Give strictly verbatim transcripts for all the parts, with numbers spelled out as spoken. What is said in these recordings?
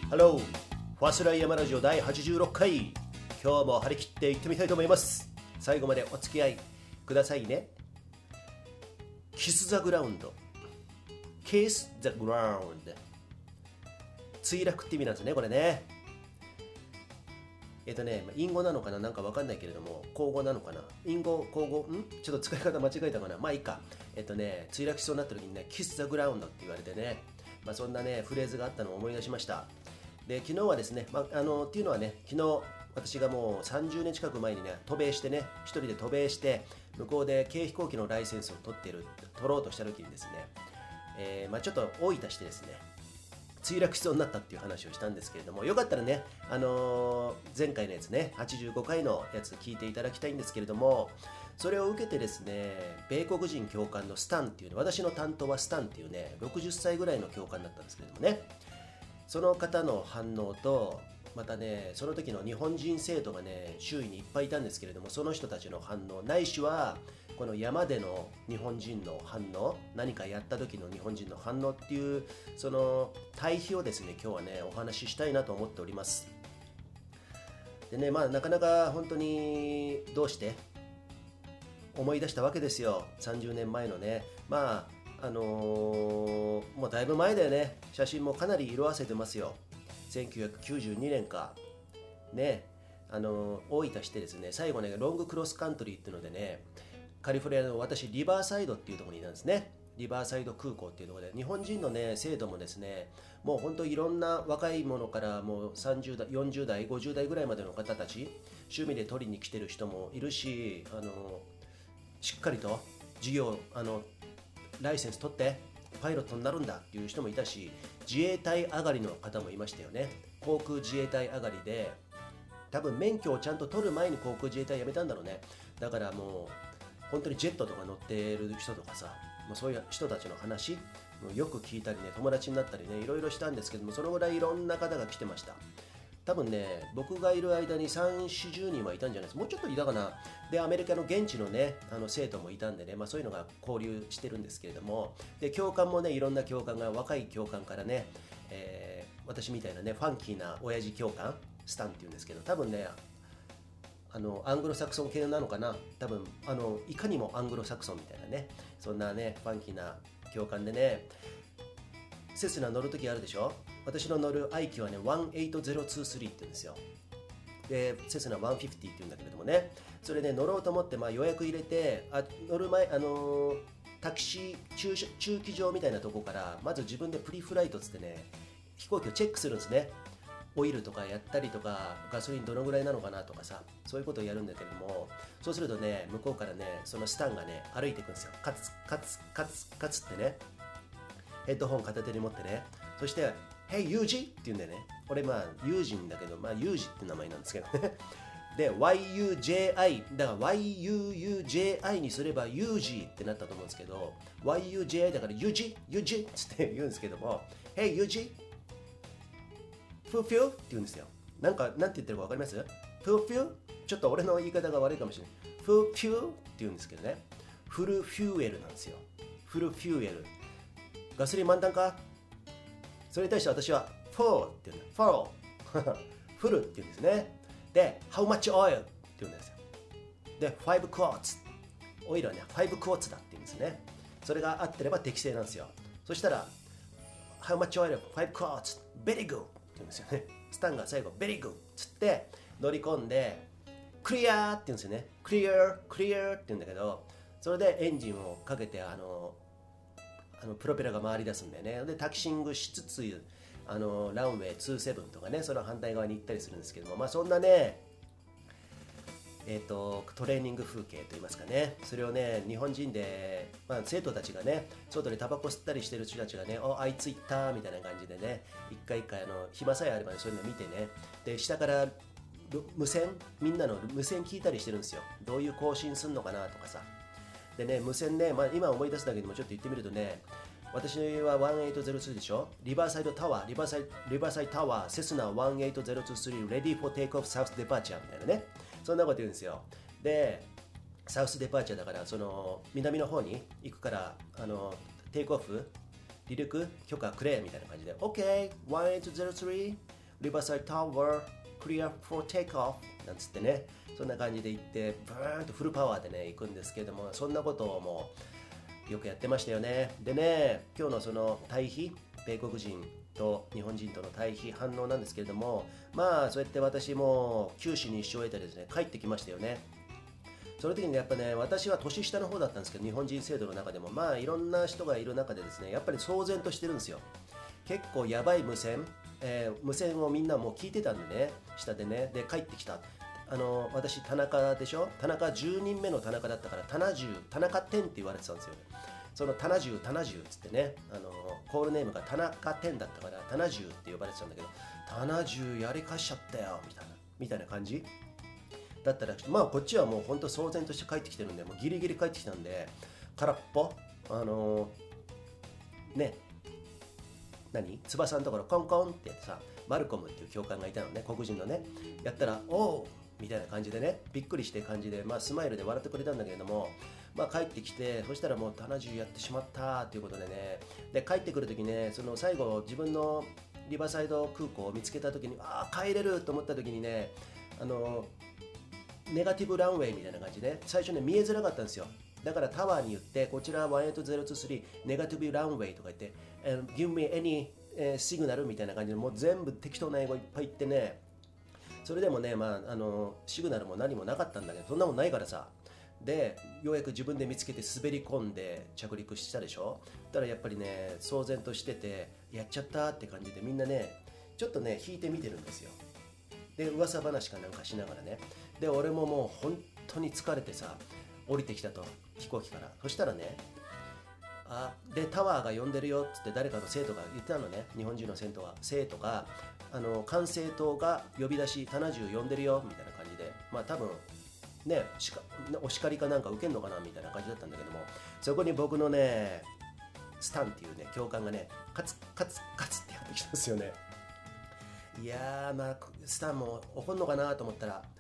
ハロー、ファスライヤマラジオだいはちじゅうろっかい。今日も張り切っていってみたいと思います。最後までお付き合いくださいね。キス・ザ・グラウンド、キス・ザ・グラウンド、墜落って意味なんですね、これね。えっとね、隠語なのかな、なんかわかんないけれども、口語なのかな、隠語、口語、んちょっと使い方間違えたかな、まあいいか。えっとね、墜落しそうになった時にね、キス・ザ・グラウンドって言われてね、まあそんなね、フレーズがあったのを思い出しました。で、昨日はですね、まあ、あのっていうのはね、昨日私がもうさんじゅうねん近く前にね、渡米してね、一人で渡米して、向こうで軽飛行機のライセンスを取っている、取ろうとした時にですね、えーまあ、ちょっと大分してですね、墜落しそうになったっていう話をしたんですけれども、よかったらね、あのー前回のやつね、はちじゅうごかいのやつ聞いていただきたいんですけれども、それを受けてですね、米国人教官のスタンっていうね、私の担当はスタンっていうね、ろくじゅっさいぐらいの教官だったんですけれどもね、その方の反応と、またね、その時の日本人生徒がね、周囲にいっぱいいたんですけれども、その人たちの反応、ないしは、この山での日本人の反応、何かやった時の日本人の反応っていう、その対比をですね、今日はね、お話ししたいなと思っております。でね、まあ、なかなか本当にどうして思い出したわけですよ、さんじゅうねんまえのね。まああのーもうだいぶ前だよね。写真もかなり色あせてますよ。せんきゅうひゃくきゅうじゅうにねんかね。あのー大分してですね、最後ね、ロングクロスカントリーっていうのでね、カリフォルニアの私リバーサイドっていうところにいたんですね。リバーサイド空港っていうところで、日本人のね生徒もですね、もう本当いろんな若い者からもうさんじゅう代、よんじゅう代、ごじゅう代ぐらいまでの方たち、趣味で取りに来てる人もいるし、あのーしっかりと授業、あのライセンス取ってパイロットになるんだっていう人もいたし、自衛隊上がりの方もいましたよね。航空自衛隊上がりで、多分免許をちゃんと取る前に航空自衛隊辞めたんだろうね。だからもう本当にジェットとか乗ってる人とかさ、もうそういう人たちの話もうよく聞いたりね、友達になったりね、いろいろしたんですけども、そのぐらいいろんな方が来てました。多分ね、僕がいる間にさん、よんじゅうにんはいたんじゃないですか。もうちょっといたかな。で、アメリカの現地のね、あの生徒もいたんでね、まあ、そういうのが交流してるんですけれども、で、教官もね、いろんな教官が、若い教官からね、えー私みたいなね、ファンキーな親父教官、スタンっていうんですけど、多分ね、あのアングロサクソン系なのかな。多分あのいかにもアングロサクソンみたいなね、そんなね、ファンキーな教官でね、セスナ乗るときあるでしょ。私の乗る愛機はね、いちはちゼロにさんって言うんですよ。で、セスナひゃくごじゅうって言うんだけれどもね、それで、ね、乗ろうと思って、まあ、予約入れて、あ乗る前、あのータキシー駐車駐機場みたいなとこから、まず自分でプリフライトつってね、飛行機をチェックするんですね。オイルとかやったりとか、ガソリンどのぐらいなのかなとかさ、そういうことをやるんだけども、そうするとね、向こうからね、そのスタンがね、歩いていくんですよ。カツカツカツカツってね、ヘッドホン片手に持ってね、そして、Hey, ユージって言うんだよね。俺、まあ、ユージンだけど、まあ、ユージって名前なんですけどね。で、ワイユージェーアイ、だから ワイユーユージェーアイ にすればユージってなったと思うんですけど、ワイユージェーアイ だからユージ、ユージって言うんですけども、Hey, ユージ、フーフューって言うんですよ。なんか、なんて言ってるか分かります？フーフュー、ちょっと俺の言い方が悪いかもしれない。フーフューって言うんですけどね。フルフューエルなんですよ。フルフューエル。ガソリン満タンか？それに対して私は full って言うんだ。full フルって言うんですね。で、how much oil って言うんですよ。で、ご quarts オイルはね、ご quarts だって言うんですね。それが合ってれば適正なんですよ。そしたら how much oil ご quarts very good って言うんですよね。スタンが最後 very good つって乗り込んで clear って言うんですよね。clear clear って言うんだけど、それでエンジンをかけて、あのあのプロペラが回り出すんだよね。でタキシングしつつ、あのランウェイにじゅうななとかね、その反対側に行ったりするんですけども、まあそんなね、えー、とトレーニング風景といいますかね、それをね、日本人で、まあ、生徒たちがね、外でタバコ吸ったりしてる人たちがね、おあいつ行ったみたいな感じでね、一回一回あの暇さえあれば、ね、そういうの見てね、で下から無線、みんなの無線聞いたりしてるんですよ。どういう更新すんのかなとかさ。でね、無線ね、まあ、今思い出すだけでもちょっと言ってみるとね、私はじゅうはちゼロにでしょ。リバーサイドタワー、リバーサイド、リバーサイドタワー、セスナじゅうはちゼロにさん、レディーフォーテイクオフサウスデパーチャーみたいなね。そんなこと言うんですよ。で、サウスデパーチャーだから、その南の方に行くから、あのテイクオフ、離陸許可くれみたいな感じで、OK、じゅうはちゼロにさん、 リバーサイドタワークリア for takeoff なんつってね、そんな感じで行ってブーンとフルパワーでね行くんですけども、そんなことをもうよくやってましたよね。でね、今日のその対比、米国人と日本人との対比反応なんですけれども、まあそうやって私も九死に一生を得てですね帰ってきましたよね。その時にやっぱね、私は年下の方だったんですけど、日本人制度の中でもまあいろんな人がいる中でですね、やっぱり騒然としてるんですよ。結構やばい無線、えー、無線をみんなもう聞いてたんでね、下でね、で帰ってきた。あの私田中でしょ、田中じゅうにんめの田中だったから田中じゅう、田中天って言われてたんですよね。その田中じゅう、田中じゅうっつってね、あのコールネームが田中天だったから田中じゅうって呼ばれてたんだけど、田中じゅうやりかしちゃったよみたいなみたいな感じだったら、まあこっちはもう本当騒然として帰ってきてるんで、もうギリギリ帰ってきたんで、空っぽ、あのー、ね、何翼のところコンコンってやってさ、マルコムっていう教官がいたのね、黒人のね、やったらおうみたいな感じでね、びっくりして感じで、まあスマイルで笑ってくれたんだけれども、まあ帰ってきて、そしたらもう棚中やってしまったということでね、で帰ってくるときね、その最後自分のリバーサイド空港を見つけたときに、ああ帰れると思ったときにね、あのネガティブランウェイみたいな感じで、ね、最初ね見えづらかったんですよ。だからタワーに言って、こちらはじゅうはちゼロにさんネガティブランウェイとか言って、Give me any、uh, signal みたいな感じで、もう全部適当な英語いっぱい言ってね、それでもね、まあ、あのシグナルも何もなかったんだけど、そんなもんないからさ。でようやく自分で見つけて滑り込んで着陸したでしょ。だからやっぱりね騒然としてて、やっちゃったって感じでみんなねちょっとね引いて見てるんですよ。で噂話かなんかしながらね、で俺ももう本当に疲れてさ降りてきたと、飛行機から。そしたらね、あでタワーが呼んでるよっつって誰かの生徒が言ってたのね、日本人の生徒が生徒があの管制塔が呼び出し棚中呼んでるよみたいな感じで、まあ多分ねしかお叱りかなんか受けんのかなみたいな感じだったんだけども、そこに僕のねスタンっていうね教官がねカツカツカツってやってきたんですよね。いやー、まあスタンも怒んのかなと思ったら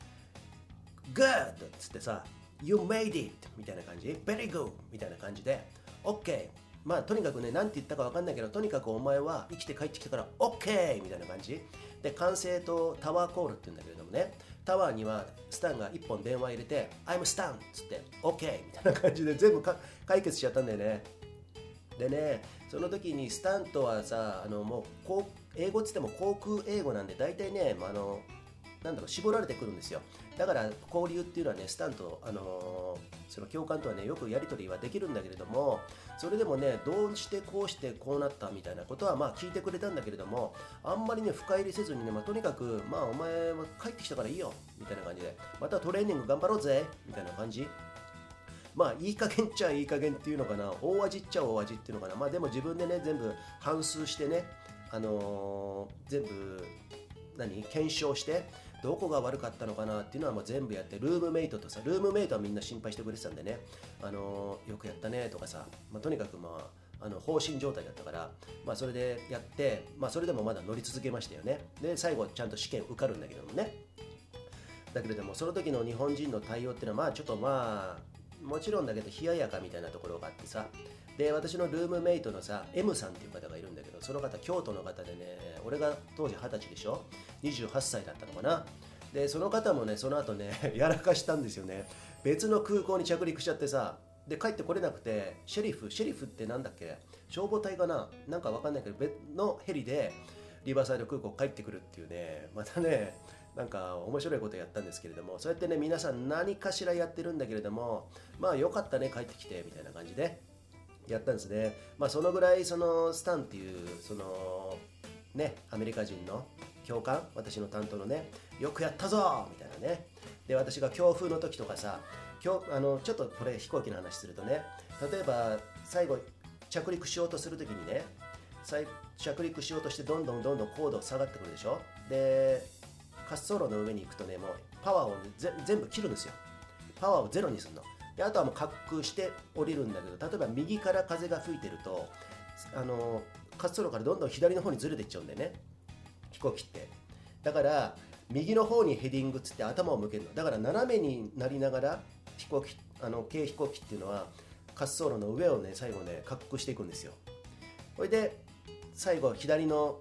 Good っつってさ You made it みたいな感じ、 Very good みたいな感じで OK、 まあとにかくねなんて言ったか分かんないけど、とにかくお前は生きて帰ってきたから OK みたいな感じで、管制とタワーコールって言うんだけれどもね、タワーにはスタンがいっぽん電話入れて I'm Stan っつって OK みたいな感じで全部か解決しちゃったんだよね。でね、その時にスタントはさ、あのもうこう英語っつっても航空英語なんで大体ね、あのなんだろう絞られてくるんですよ。だから交流っていうのはね、スタント、あのー、その教官とはねよくやり取りはできるんだけれども、それでもねどうしてこうしてこうなったみたいなことはまあ聞いてくれたんだけれども、あんまりね深入りせずにね、まあ、とにかくまあお前は帰ってきたからいいよみたいな感じで、またトレーニング頑張ろうぜみたいな感じ。まあいい加減っちゃいい加減っていうのかな、大味っちゃ大味っていうのかな。まあでも自分でね全部反数してね、あのー、全部何検証してどこが悪かったのかなっていうのはもう全部やって、ルームメイトとさ、ルームメイトはみんな心配してくれてたんでね、あのー、よくやったねとかさ、まあ、とにかくまああの放心状態だったから、まあ、それでやって、まあ、それでもまだ乗り続けましたよね。で最後ちゃんと試験受かるんだけどもね。だけれどもその時の日本人の対応っていうのはまあちょっとまあもちろんだけど冷ややかみたいなところがあってさ、で私のルームメイトのさ M さんっていう方がいるんだけど、その方京都の方でね、俺が当時はたちでしょ、にじゅうはっさいだったのかな。でその方もねその後ねやらかしたんですよね。別の空港に着陸しちゃってさ、で帰ってこれなくて、シェリフシェリフってなんだっけ、消防隊かな、なんかわかんないけど別のヘリでリバーサイド空港帰ってくるっていうね、またねなんか面白いことやったんですけれども、そうやってね皆さん何かしらやってるんだけれども、まあよかったね帰ってきてみたいな感じでやったんですね。まあそのぐらいそのスタンっていうそのねアメリカ人の教官、私の担当のね、よくやったぞみたいなね。で私が強風の時とかさ、今日あのちょっとこれ飛行機の話するとね、例えば最後着陸しようとする時にね、着陸しようとしてどんどんどんどん高度下がってくるでしょ。で滑走路の上に行くとね、もうパワーを、ね、全部切るんですよ。パワーをゼロにするの。であとはもう滑空して降りるんだけど、例えば右から風が吹いてると、あの滑走路からどんどん左の方にずれていっちゃうんだよね、飛行機って。だから右の方にヘディングっつって頭を向けるの。だから斜めになりながら飛行機、あの軽飛行機っていうのは滑走路の上をね最後ね滑空していくんですよ。それで最後左の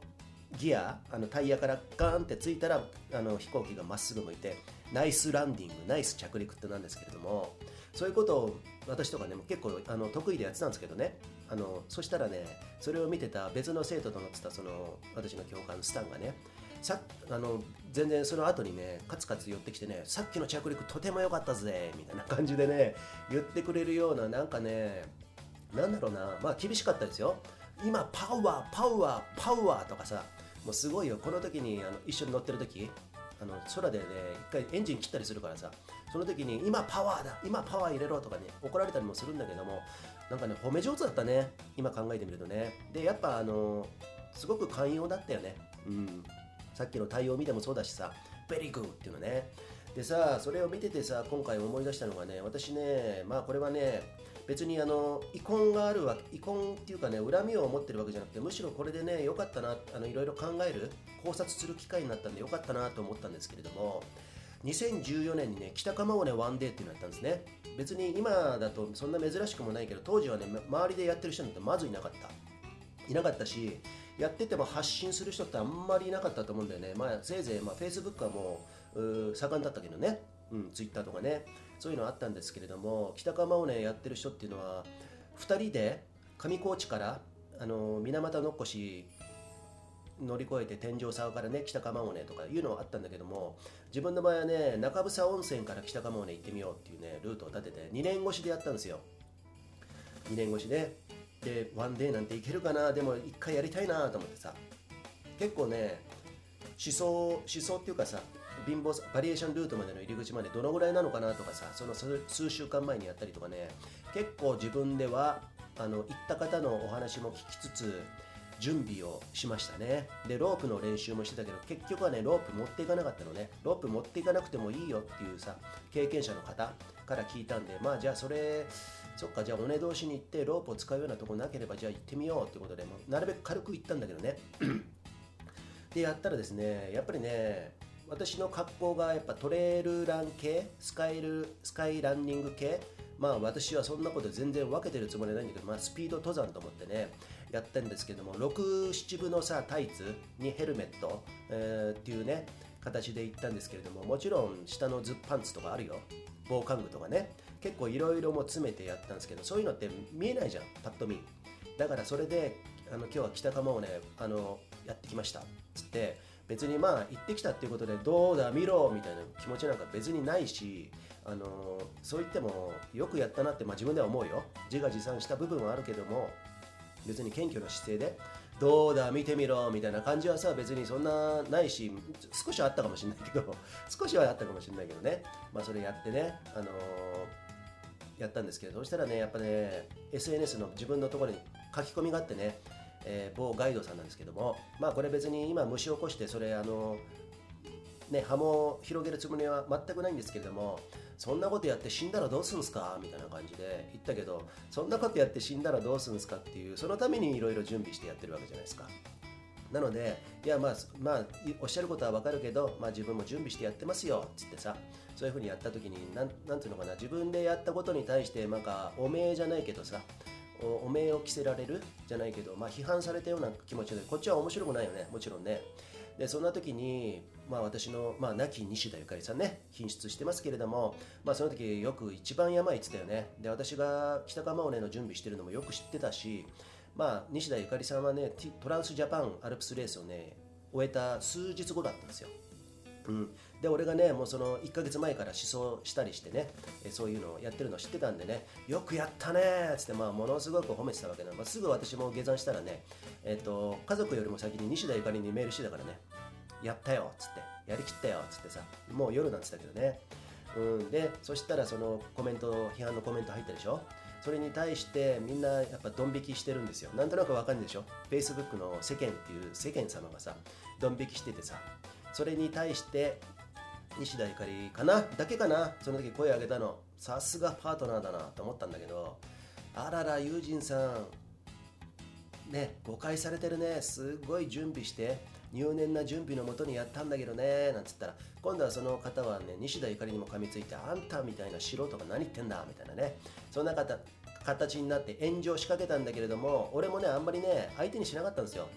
ギアあのタイヤからガーンってついたらあの飛行機がまっすぐ向いてナイスランディングナイス着陸ってなんですけれども、そういうことを私とかね結構あの得意でやってたんですけどね、あのそしたらねそれを見てた別の生徒と乗ってたその私の教官スタンがねさあの全然その後にねカツカツ寄ってきてね、さっきの着陸とても良かったぜみたいな感じでね言ってくれるような、なんかねなんだろうな、まあ厳しかったですよ。今パワーパワーパワーとかさ、もうすごいよ。この時にあの一緒に乗ってる時あの空でね一回エンジン切ったりするからさ、その時に今パワーだ今パワー入れろとかね怒られたりもするんだけども、なんかね褒め上手だったね今考えてみるとね。でやっぱあのすごく寛容だったよね。うん、さっきの対応見てもそうだしさ、ベリーグーっていうのね。でさそれを見ててさ今回思い出したのがね、私ねまあこれはね別にあの遺恨があるわけ、遺恨っていうかね恨みを持ってるわけじゃなくて、むしろこれでね良かったな、あのいろいろ考える考察する機会になったんで良かったなと思ったんですけれども、にせんじゅうよねんにね北鎌尾根ワンデーっていうのをやったんですね。別に今だとそんな珍しくもないけど、当時はね周りでやってる人なんてまずいなかったいなかったし、やってても発信する人ってあんまりいなかったと思うんだよね。まあせいぜい、まあ、Facebook はもう、う盛んだったけどね、うん、Twitter とかねそういうのあったんですけれども、北鎌尾根やってる人っていうのはふたりで上高地からあの水俣のっこし乗り越えて天井沢からね北鎌尾根とかいうのはあったんだけども、自分の場合はね中房温泉から北鎌尾根行ってみようっていうねルートを立ててにねん越しでやったんですよ。にねん越しででワンデーなんていけるかな、でもいっかいやりたいなと思ってさ、結構ね思想思想っていうかさ、貧乏バリエーションルートまでの入り口までどのぐらいなのかなとかさ、その数数週間前にやったりとかね、結構自分ではあの行った方のお話も聞きつつ準備をしましたね。でロープの練習もしてたけど結局はねロープ持っていかなかったのね。ロープ持っていかなくてもいいよっていうさ経験者の方から聞いたんで、まあじゃあそれそっか、じゃあ尾根通しに行ってロープを使うようなとこなければじゃあ行ってみようってことで、もうなるべく軽く行ったんだけどねでやったらですね、やっぱりね私の格好がやっぱトレイルラン系スカイルスカイランニング系、まあ私はそんなこと全然分けてるつもりはないんだけど、まあ、スピード登山と思ってねやったんですけども、ろく、なな分のさタイツにヘルメット、えーっていうね形で行ったんですけれども、もちろん下のズッパンツとかあるよ、防寒具とかね、結構いろいろも詰めてやったんですけど、そういうのって見えないじゃんパッと見。だからそれであの今日は北鎌をねあのやってきましたっつって、別にまあ行ってきたっていうことでどうだ見ろみたいな気持ちなんか別にないし、あのそう言ってもよくやったなって、まあ、自分では思うよ。自画自賛した部分はあるけども、別に謙虚な姿勢でどうだ見てみろみたいな感じはさ別にそんなないし、少しはあったかもしれないけど少しはあったかもしれないけどね、まあそれやってね、あのーやったんですけど、そしたらねやっぱね エスエヌエス の自分のところに書き込みがあってね、えー某ガイドさんなんですけども、まあこれ別に今虫を起こしてそれあのね波紋を広げるつもりは全くないんですけれども、そんなことやって死んだらどうするんすかみたいな感じで言ったけど、そんなことやって死んだらどうするんすかっていう、そのためにいろいろ準備してやってるわけじゃないですか。なのでいやまあまあおっしゃることはわかるけど、まあ自分も準備してやってますよっつってさ、そういう風にやった時になんなんていうのかな、自分でやったことに対してなんかおめえじゃないけどさ、おおめえを着せられるじゃないけど、まあ批判されたような気持ちで、こっちは面白くないよねもちろんね。でそんな時に、まあ、私の、まあ、亡き西田ゆかりさんね品質してますけれども、まあ、その時よく一番山行ってたよね。で私が北鎌尾根の準備してるのもよく知ってたし、まあ、西田ゆかりさんはねトランスジャパンアルプスレースをね終えた数日後だったんですよ。うん、で俺がねもうそのいっかげつまえから思想したりしてね、えそういうのをやってるの知ってたんでね、よくやったねーっつって、まあ、ものすごく褒めてたわけなの、まあ、すぐ私も下山したらね、えー、と家族よりも先に西田ゆかりにメールしてたからね、やったよっつって、やりきったよっつってさ、もう夜なんつったけどね、うん、でそしたらそのコメント批判のコメント入ったでしょ。それに対してみんなやっぱドン引きしてるんですよ。なんとなくわかるんでしょ。 Facebook の世間っていう世間様がさドン引きしててさ、それに対して西田ゆかりかなだけかな、その時声上げたの、さすがパートナーだなと思ったんだけど、あらら友人さんね誤解されてるね、すごい準備して入念な準備のもとにやったんだけどねなんつったら、今度はその方はね西田ゆかりにも噛みついて、あんたみたいな素人が何言ってんだみたいなね、そんな方形になって炎上しかけたんだけれども、俺もねあんまりね相手にしなかったんですよ。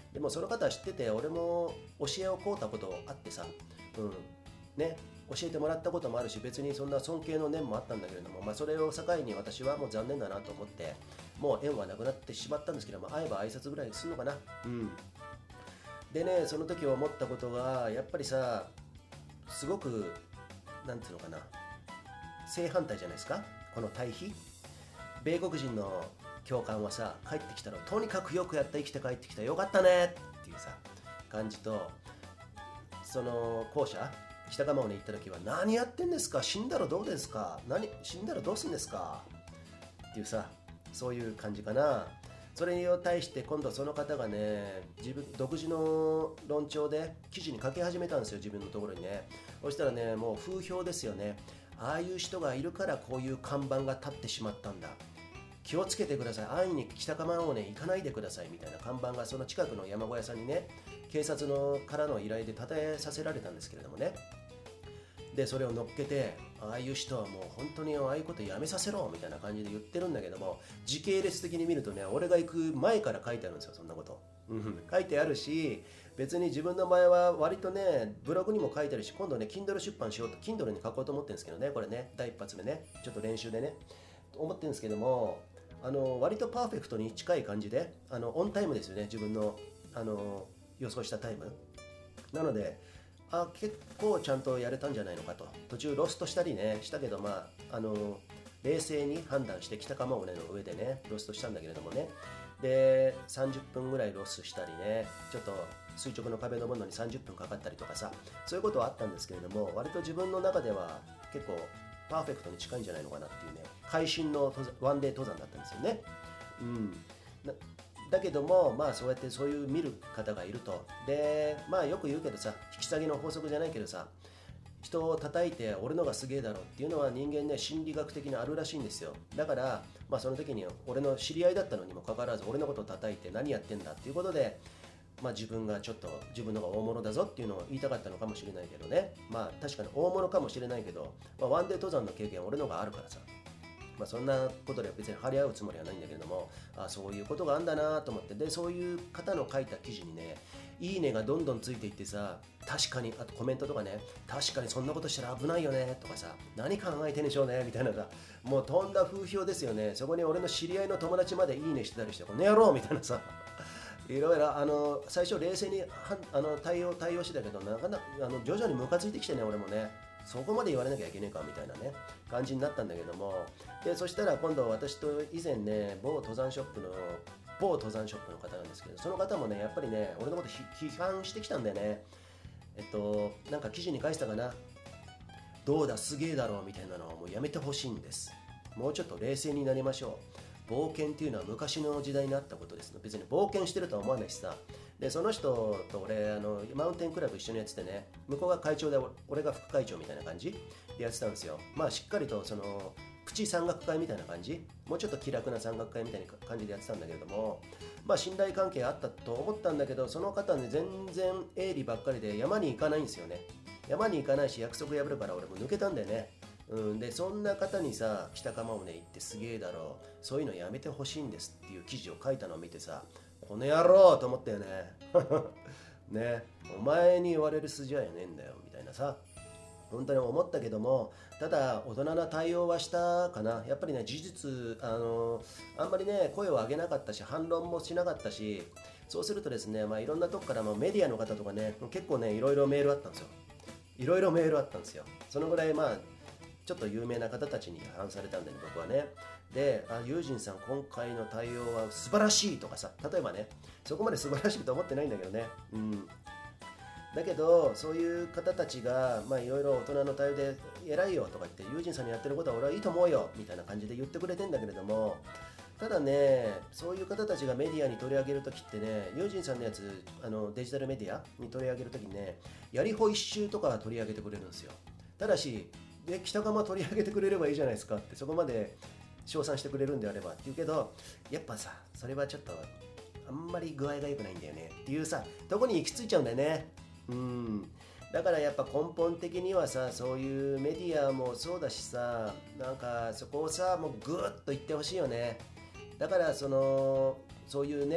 でもその方は知ってて、俺も教えを請うたことあってさ、うんね、教えてもらったこともあるし、別にそんな尊敬の念もあったんだけれども、まあ、それを境に私はもう残念だなと思って、もう縁はなくなってしまったんですけども、会えば挨拶ぐらいするのかな。うん、でね、その時思ったことが、やっぱりさ、すごく、なんていうのかな、正反対じゃないですか、この対比。米国人の教官はさ、帰ってきたら、とにかくよくやった、生きて帰ってきた、よかったねっていうさ、感じと、その後者、北釜尾に行った時は、何やってんですか、死んだらどうですか、何死んだらどうすんですかっていうさ、そういう感じかな。それに対して今度その方がね、自分独自の論調で記事に書き始めたんですよ、自分のところにね。そしたらね、もう風評ですよね。ああいう人がいるからこういう看板が立ってしまったんだ、気をつけてください、安易に北釜尾ね行かないでくださいみたいな看板がその近くの山小屋さんにね、警察のからの依頼で立てさせられたんですけれどもね。でそれを乗っけて、ああいう人はもう本当にああいうことやめさせろみたいな感じで言ってるんだけども、時系列的に見るとね、俺が行く前から書いてあるんですよ、そんなこと、うん、書いてあるし、別に自分の前は割とね、ブログにも書いてあるし、今度ね Kindle 出版しようと Kindle に書こうと思ってるんですけどね、これね、第一発目ね、ちょっと練習でね思ってるんですけども、あの割とパーフェクトに近い感じで、あのオンタイムですよね、自分のあの予想したタイムなので、あ結構ちゃんとやれたんじゃないのかと。途中ロストしたりねしたけど、まああの冷静に判断して北釜尾根の上でねロストしたんだけれどもね。でさんじゅっぷんぐらいロスしたりね、ちょっと垂直の壁登るのにさんじゅっぷんかかったりとかさ、そういうことはあったんですけれども、割と自分の中では結構パーフェクトに近いんじゃないのかなっていうね、会心の登山ワンデー登山だったんですよね。うんなだけども、まあそうやってそういう見る方がいると。でまあよく言うけどさ、引き下げの法則じゃないけどさ、人を叩いて俺のがすげえだろっていうのは人間ね、心理学的にあるらしいんですよ。だからまあその時に俺の知り合いだったのにもかかわらず、俺のことを叩いて何やってんだっていうことで、まあ自分がちょっと自分のが大物だぞっていうのを言いたかったのかもしれないけどね。まあ確かに大物かもしれないけど、まあ、ワンデー登山の経験は俺のがあるからさ、まあ、そんなことで別に張り合うつもりはないんだけれども、あそういうことがあるんだなと思って、でそういう方の書いた記事にね、いいねがどんどんついていってさ、確かに、あとコメントとかね、確かにそんなことしたら危ないよねとかさ、何考えてんでしょうねみたいなさ、もうとんだ風評ですよね。そこに俺の知り合いの友達までいいねしてたりして、この野郎みたいなさ、いろいろあの最初冷静にはあの対応対応してたけど、なかなかあの徐々にムカついてきてね、俺もね、そこまで言われなきゃいけねえかみたいなね感じになったんだけども、でそしたら今度私と以前ね、某登山ショップの某登山ショップの方なんですけど、その方もねやっぱりね俺のこと批判してきたんだよね。えっとなんか記事に書いてたかな、どうだすげえだろうみたいなのをもうやめてほしいんです。もうちょっと冷静になりましょう。冒険っていうのは昔の時代になったことですの。別に冒険してるとは思わないしさ。でその人と俺あのマウンテンクラブ一緒にやっててね、向こうが会長で俺が副会長みたいな感じでやってたんですよ。まあしっかりとそのプチ山岳会みたいな感じ、もうちょっと気楽な山岳会みたいな感じでやってたんだけれども、まあ信頼関係あったと思ったんだけど、その方ね全然営利ばっかりで山に行かないんですよね。山に行かないし約束破るから俺も抜けたんだよね。うん、でそんな方にさ、北釜尾根行ってすげえだろう、そういうのやめてほしいんですっていう記事を書いたのを見てさ、この野郎と思ったよねね、お前に言われる筋合いはねえんだよみたいなさ、本当に思ったけども、ただ大人な対応はしたかな。やっぱりね事実あのあんまりね声を上げなかったし、反論もしなかったし、そうするとですね、まあいろんなとこからもメディアの方とかね、結構ねいろいろメールあったんですよ。いろいろメールあったんですよ。そのぐらいまあちょっと有名な方たちに批判されたんで、ね、僕はね。で、あ、ユージンさん今回の対応は素晴らしいとかさ、例えばね、そこまで素晴らしいと思ってないんだけどね。うん。だけど、そういう方たちが、まあいろいろ大人の対応で偉いよとか言って、ユージンさんのやってることは俺はいいと思うよみたいな感じで言ってくれてんだけれども、ただね、そういう方たちがメディアに取り上げるときってね、ユージンさんのやつ、あのデジタルメディアに取り上げるときにね、やりほ一周とかは取り上げてくれるんですよ。ただし、で北釜取り上げてくれればいいじゃないですかって、そこまで称賛してくれるんであればって言うけど、やっぱさそれはちょっとあんまり具合が良くないんだよねっていうさとこに行き着いちゃうんだよね。うんだからやっぱ根本的にはさ、そういうメディアもそうだしさ、なんかそこをさもうグーッと言ってほしいよね。だからそのそういうね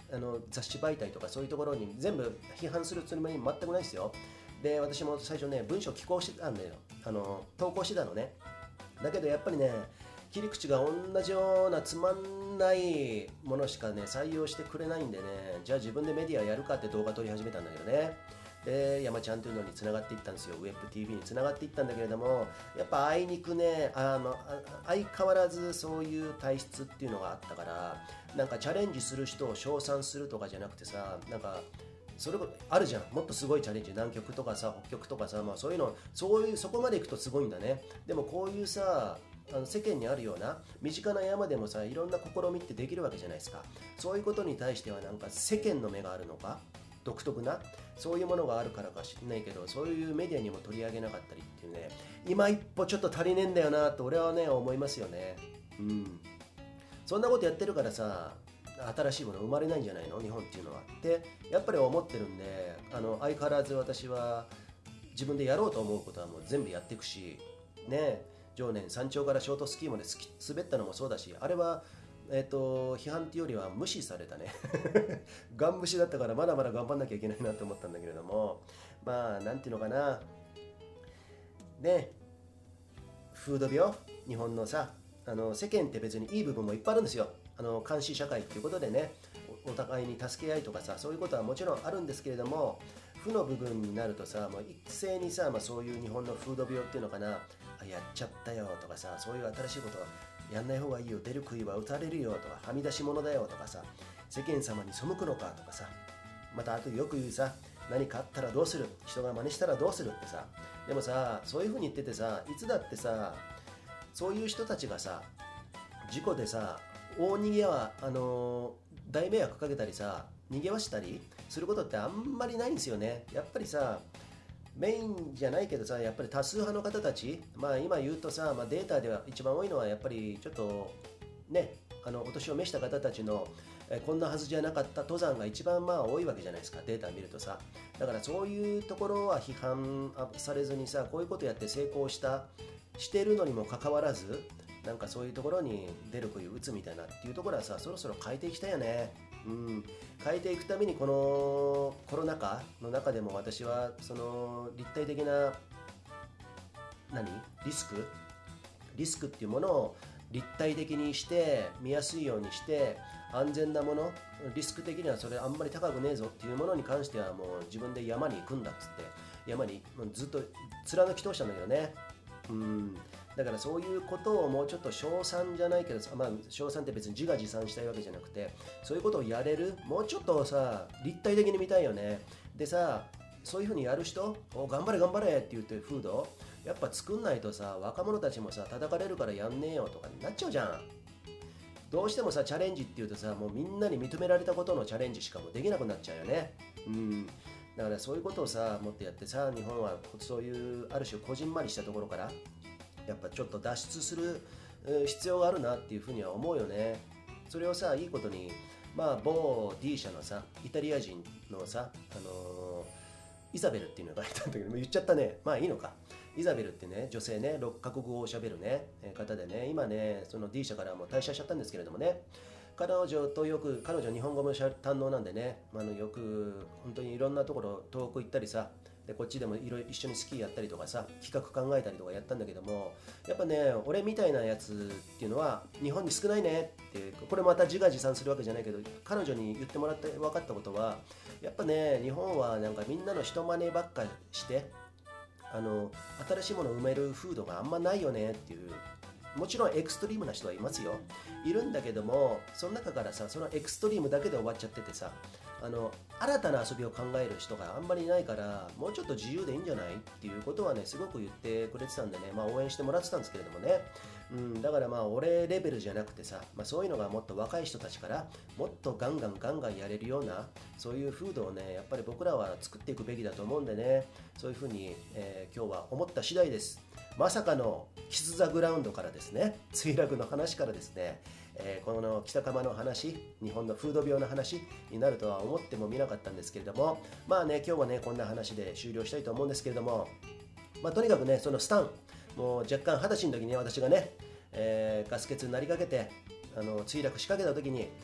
あの雑誌媒体とかそういうところに全部批判するつもり全くないですよ。で私も最初ね文章寄稿してたんだよ、あの投稿してたのね。だけどやっぱりね切り口が同じようなつまんないものしかね採用してくれないんでね、じゃあ自分でメディアやるかって動画撮り始めたんだけどね。で山ちゃんというのにつながっていったんですよ。ウェブ ティーブイ につながっていったんだけれども、やっぱあいにくねあの相変わらずそういう体質っていうのがあったから、なんかチャレンジする人を称賛するとかじゃなくてさ、なんかそれあるじゃん、もっとすごいチャレンジ、南極とかさ北極とかさ、まあ、そういうのそういうそこまでいくとすごいんだね。でもこういうさあの世間にあるような身近な山でもさいろんな試みってできるわけじゃないですか。そういうことに対してはなんか世間の目があるのか、独特なそういうものがあるからか知らないけど、そういうメディアにも取り上げなかったりっていうね、今一歩ちょっと足りねえんだよなと俺はね思いますよね。うんそんなことやってるからさ新しいもの生まれないんじゃないの日本っていうのはってやっぱり思ってるんで、あの相変わらず私は自分でやろうと思うことはもう全部やっていくしね。常年山頂からショートスキーまで滑ったのもそうだし、あれはえー、と批判っていうよりは無視されたねガン無視だったからまだまだ頑張んなきゃいけないなと思ったんだけれども、まあなんていうのかなね、風土病日本のさあの世間って別にいい部分もいっぱいあるんですよ。あの監視社会っていうことでね お, お互いに助け合いとかさそういうことはもちろんあるんですけれども、負の部分になるとさもう一斉にさ、まあ、そういう日本の風土病っていうのかな、あやっちゃったよとかさ、そういう新しいことやんない方がいいよ、出る杭は打たれるよとか、はみ出し物だよとかさ、世間様に背くのかとかさ、またあとよく言うさ、何かあったらどうする、人が真似したらどうするってさ、でもさそういう風に言っててさ、いつだってさそういう人たちがさ事故でさ大逃げはあのー、大迷惑かけたりさ逃げはしたりすることってあんまりないんですよね。やっぱりさメインじゃないけどさ、やっぱり多数派の方たち、まあ今言うとさ、まあ、データでは一番多いのはやっぱりちょっとね、あのお年を召した方たちのえこんなはずじゃなかった登山が一番まあ多いわけじゃないですか、データ見るとさ。だからそういうところは批判されずにさ、こういうことやって成功したしてるのにもかかわらず、なんかそういうところに出る杭打つみたいなっていうところはさ、そろそろ変えていきたいよね。うん、変えていくためにこのコロナ禍の中でも私はその立体的な何リスクリスクっていうものを立体的にして見やすいようにして安全なもの、リスク的にはそれあんまり高くねえぞっていうものに関してはもう自分で山に行くんだっつって山にずっと貫き通したんだけどね。うんだからそういうことをもうちょっと称賛じゃないけど、まあ称賛って別に自画自賛したいわけじゃなくて、そういうことをやれるもうちょっとさ立体的に見たいよね。でさそういうふうにやる人お頑張れ頑張れって言ってる風土やっぱ作んないとさ、若者たちもさ叩かれるからやんねえよとかになっちゃうじゃん。どうしてもさチャレンジっていうとさ、もうみんなに認められたことのチャレンジしかもできなくなっちゃうよね。うんだからそういうことをさもっとやってさ、日本はそういうある種こじんまりしたところからやっぱちょっと脱出する必要があるなっていうふうには思うよね。それをさいいことにまあ某 D 社のさイタリア人のさ、あのー、イザベルっていうのがいたんだけど言っちゃったね。まあいいのか。イザベルってね女性ねろっカ国語をしゃべるね方でね、今ねその D 社からもう退社しちゃったんですけれどもね、彼女とよく彼女日本語も堪能なんでね、あのよく本当にいろんなところ遠く行ったりさ、でこっちでもいろいろ一緒にスキーやったりとかさ企画考えたりとかやったんだけども、やっぱね俺みたいなやつっていうのは日本に少ないねって、これまた自画自賛するわけじゃないけど彼女に言ってもらって分かったことは、やっぱね日本はなんかみんなの人真似ばっかしてあの新しいものを埋める風土があんまないよねっていう。もちろんエクストリームな人はいますよ、いるんだけども、その中からさそのエクストリームだけで終わっちゃっててさ、あの新たな遊びを考える人があんまりいないから、もうちょっと自由でいいんじゃないっていうことはねすごく言ってくれてたんでね、まあ、応援してもらってたんですけれどもね、うん、だからまあ俺レベルじゃなくてさ、まあ、そういうのがもっと若い人たちからもっとガンガンガンガンやれるようなそういう風土をねやっぱり僕らは作っていくべきだと思うんでね、そういうふうに、えー、今日は思った次第です。まさかのキス・ザ・グラウンドからですね、墜落の話からですね、えー、この北釜の話、日本の風土病の話になるとは思ってもみなかったんですけれども、まあね今日はねこんな話で終了したいと思うんですけれども、まあ、とにかくねそのスタンもう若干二十歳の時に、ね、私がね、えー、ガス欠になりかけてあの墜落しかけた時に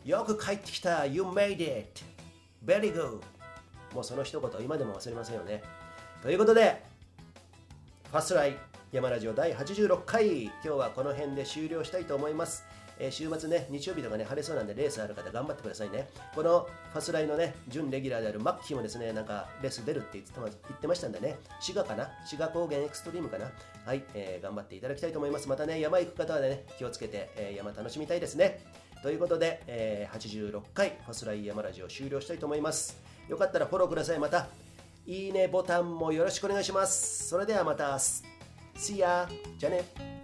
よく帰ってきた You made it Very good もうその一言今でも忘れませんよね。ということでファストライ山ラジオだいはちじゅうろっかい、今日はこの辺で終了したいと思います。えー、週末ね、日曜日とかね、晴れそうなんでレースある方頑張ってくださいね。このファスライのね、準レギュラーであるマッキーもですね、なんかレース出るって言ってま言ってましたんでね、滋賀かな滋賀高原エクストリームかなはい、えー、頑張っていただきたいと思います。またね、山行く方はね、気をつけて、えー、山楽しみたいですね。ということで、えー、はちじゅうろっかいファスライ山ラジオ終了したいと思います。よかったらフォローください。また、いいねボタンもよろしくお願いします。それではまた。See ya! じゃあね。